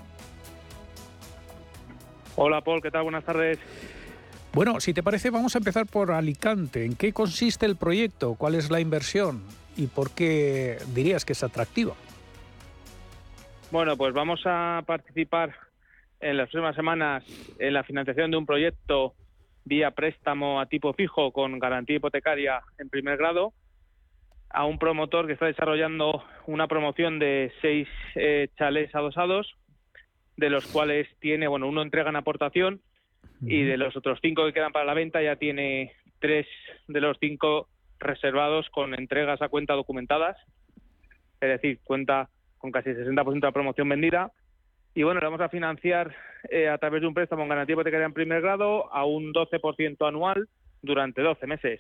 Hola, Paul. ¿Qué tal? Buenas tardes. Bueno, si te parece, vamos a empezar por Alicante. ¿En qué consiste el proyecto? ¿Cuál es la inversión? ¿Y por qué dirías que es atractiva? Bueno, pues vamos a participar en las próximas semanas en la financiación de un proyecto vía préstamo a tipo fijo con garantía hipotecaria en primer grado a un promotor que está desarrollando una promoción de 6 chalés adosados de los cuales tiene, uno entrega en aportación y de los otros 5 que quedan para la venta ya tiene 3 de los 5 reservados con entregas a cuenta documentadas, es decir, cuenta con casi 60% de la promoción vendida. Y le vamos a financiar a través de un préstamo en garantía hipotecaria en primer grado a un 12% anual durante 12 meses.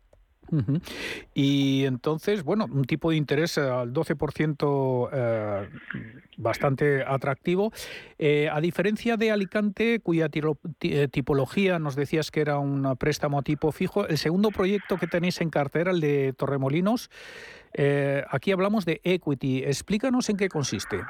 Y entonces, un tipo de interés al 12% bastante atractivo. A diferencia de Alicante, cuya tipología nos decías que era un préstamo a tipo fijo, el segundo proyecto que tenéis en cartera, el de Torremolinos, aquí hablamos de equity. Explícanos en qué consiste.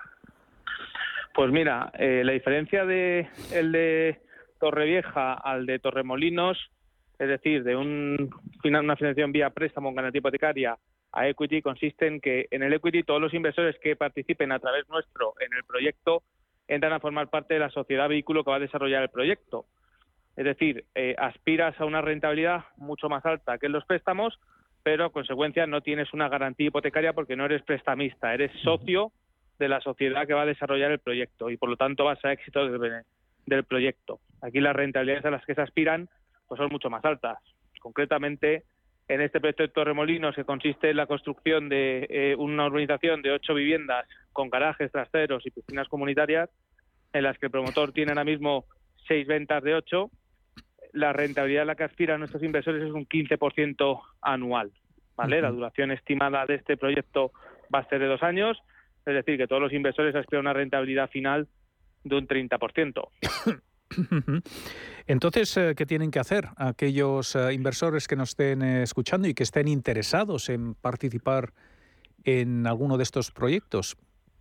Pues mira, la diferencia de el de Torrevieja al de Torremolinos, es decir, de una financiación vía préstamo en garantía hipotecaria a equity, consiste en que en el equity todos los inversores que participen a través nuestro en el proyecto entran a formar parte de la sociedad vehículo que va a desarrollar el proyecto. Es decir, aspiras a una rentabilidad mucho más alta que en los préstamos, pero a consecuencia no tienes una garantía hipotecaria porque no eres prestamista, eres socio de la sociedad que va a desarrollar el proyecto y por lo tanto vas a éxito del proyecto. Aquí las rentabilidades a las que se aspiran pues son mucho más altas. Concretamente, en este proyecto de Torremolinos, que consiste en la construcción de una urbanización de 8 viviendas con garajes traseros y piscinas comunitarias, en las que el promotor tiene ahora mismo 6 ventas de 8, la rentabilidad a la que aspiran nuestros inversores es un 15% anual. ¿Vale? La duración estimada de este proyecto va a ser de 2 años, es decir, que todos los inversores aspiran a una rentabilidad final de un 30%. Entonces, ¿qué tienen que hacer aquellos inversores que nos estén escuchando y que estén interesados en participar en alguno de estos proyectos?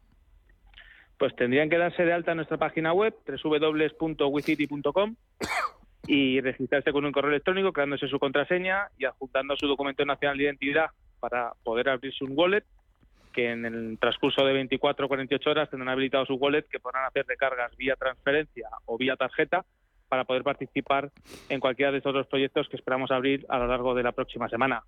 Pues tendrían que darse de alta en nuestra página web, www.wicity.com, y registrarse con un correo electrónico, creándose su contraseña y adjuntando su documento nacional de identidad para poder abrirse un wallet, que en el transcurso de 24 o 48 horas tendrán habilitado su wallet, que podrán hacer recargas vía transferencia o vía tarjeta para poder participar en cualquiera de estos 2 proyectos que esperamos abrir a lo largo de la próxima semana.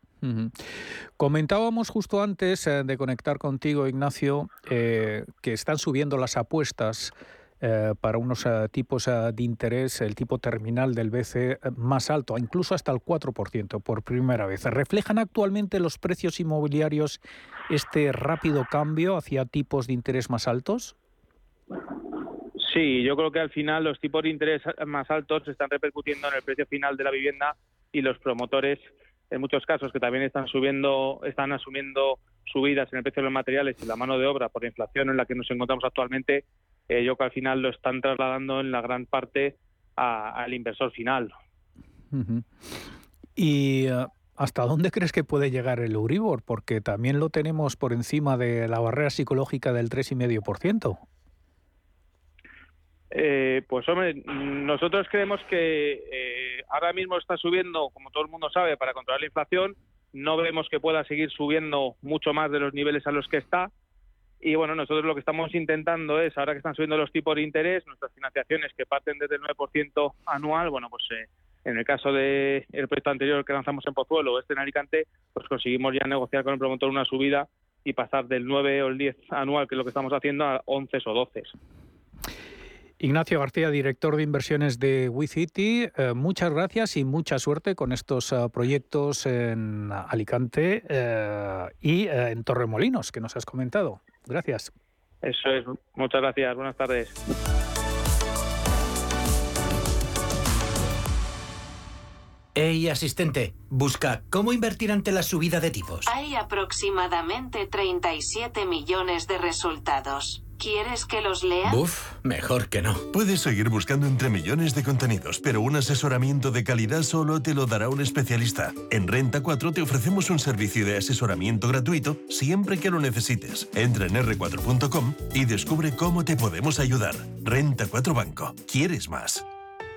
Comentábamos justo antes de conectar contigo, Ignacio, que están subiendo las apuestas para unos tipos de interés, el tipo terminal del BCE más alto, incluso hasta el 4% por primera vez. ¿Reflejan actualmente los precios inmobiliarios este rápido cambio hacia tipos de interés más altos? Sí, yo creo que al final los tipos de interés más altos se están repercutiendo en el precio final de la vivienda y los promotores, en muchos casos, que también están asumiendo subidas en el precio de los materiales y la mano de obra por la inflación en la que nos encontramos actualmente, yo creo que al final lo están trasladando en la gran parte al inversor final. ¿Y hasta dónde crees que puede llegar el Euribor? Porque también lo tenemos por encima de la barrera psicológica del 3,5%. Pues hombre, nosotros creemos que ahora mismo está subiendo, como todo el mundo sabe, para controlar la inflación. No vemos que pueda seguir subiendo mucho más de los niveles a los que está. Y bueno, nosotros lo que estamos intentando es, ahora que están subiendo los tipos de interés, nuestras financiaciones que parten desde el 9% anual, en el caso del proyecto anterior que lanzamos en Pozuelo o en Alicante, pues conseguimos ya negociar con el promotor una subida y pasar del 9 o el 10 anual, que es lo que estamos haciendo, a 11 o 12. Ignacio García, director de inversiones de WeCity, muchas gracias y mucha suerte con estos proyectos en Alicante y en Torremolinos, que nos has comentado. Gracias. Eso es. Muchas gracias. Buenas tardes. Hey, asistente, busca cómo invertir ante la subida de tipos. Hay aproximadamente 37 millones de resultados. ¿Quieres que los lea? Mejor que no. Puedes seguir buscando entre millones de contenidos, pero un asesoramiento de calidad solo te lo dará un especialista. En Renta 4 te ofrecemos un servicio de asesoramiento gratuito siempre que lo necesites. Entra en r4.com y descubre cómo te podemos ayudar. Renta 4 Banco. ¿Quieres más?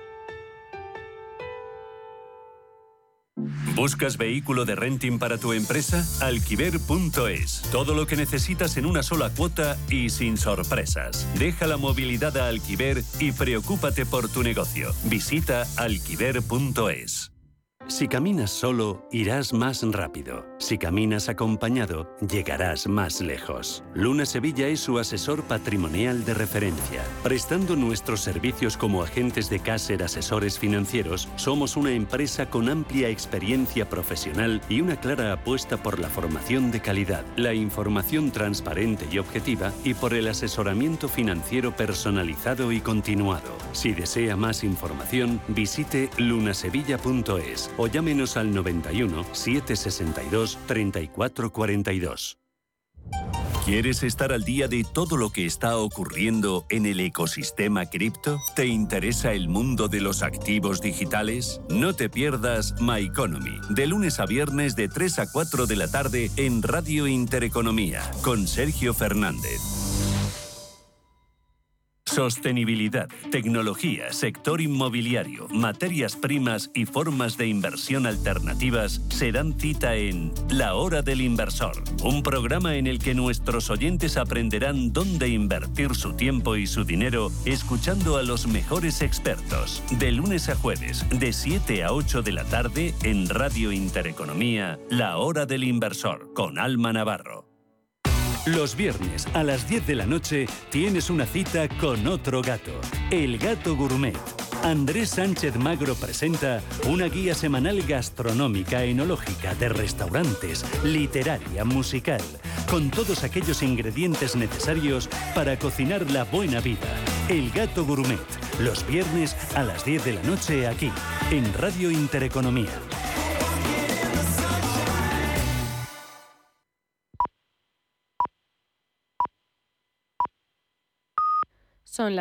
¿Buscas vehículo de renting para tu empresa? Alquiver.es. Todo lo que necesitas en una sola cuota y sin sorpresas. Deja la movilidad a Alquiver y preocúpate por tu negocio. Visita alquiver.es. Si caminas solo, irás más rápido. Si caminas acompañado, llegarás más lejos. Luna Sevilla es su asesor patrimonial de referencia. Prestando nuestros servicios como agentes de Caser Asesores Financieros, somos una empresa con amplia experiencia profesional y una clara apuesta por la formación de calidad, la información transparente y objetiva y por el asesoramiento financiero personalizado y continuado. Si desea más información, visite lunasevilla.es o llámenos al 91 762 3442. ¿Quieres estar al día de todo lo que está ocurriendo en el ecosistema cripto? ¿Te interesa el mundo de los activos digitales? No te pierdas My Economy, de lunes a viernes de 3 a 4 de la tarde en Radio Intereconomía, con Sergio Fernández. Sostenibilidad, tecnología, sector inmobiliario, materias primas y formas de inversión alternativas se dan cita en La Hora del Inversor, un programa en el que nuestros oyentes aprenderán dónde invertir su tiempo y su dinero escuchando a los mejores expertos. De lunes a jueves, de 7 a 8 de la tarde en Radio Intereconomía, La Hora del Inversor, con Alma Navarro. Los viernes a las 10 de la noche tienes una cita con otro gato, el Gato Gourmet. Andrés Sánchez Magro presenta una guía semanal gastronómica, enológica, de restaurantes, literaria, musical, con todos aquellos ingredientes necesarios para cocinar la buena vida. El Gato Gourmet, los viernes a las 10 de la noche aquí, en Radio Intereconomía.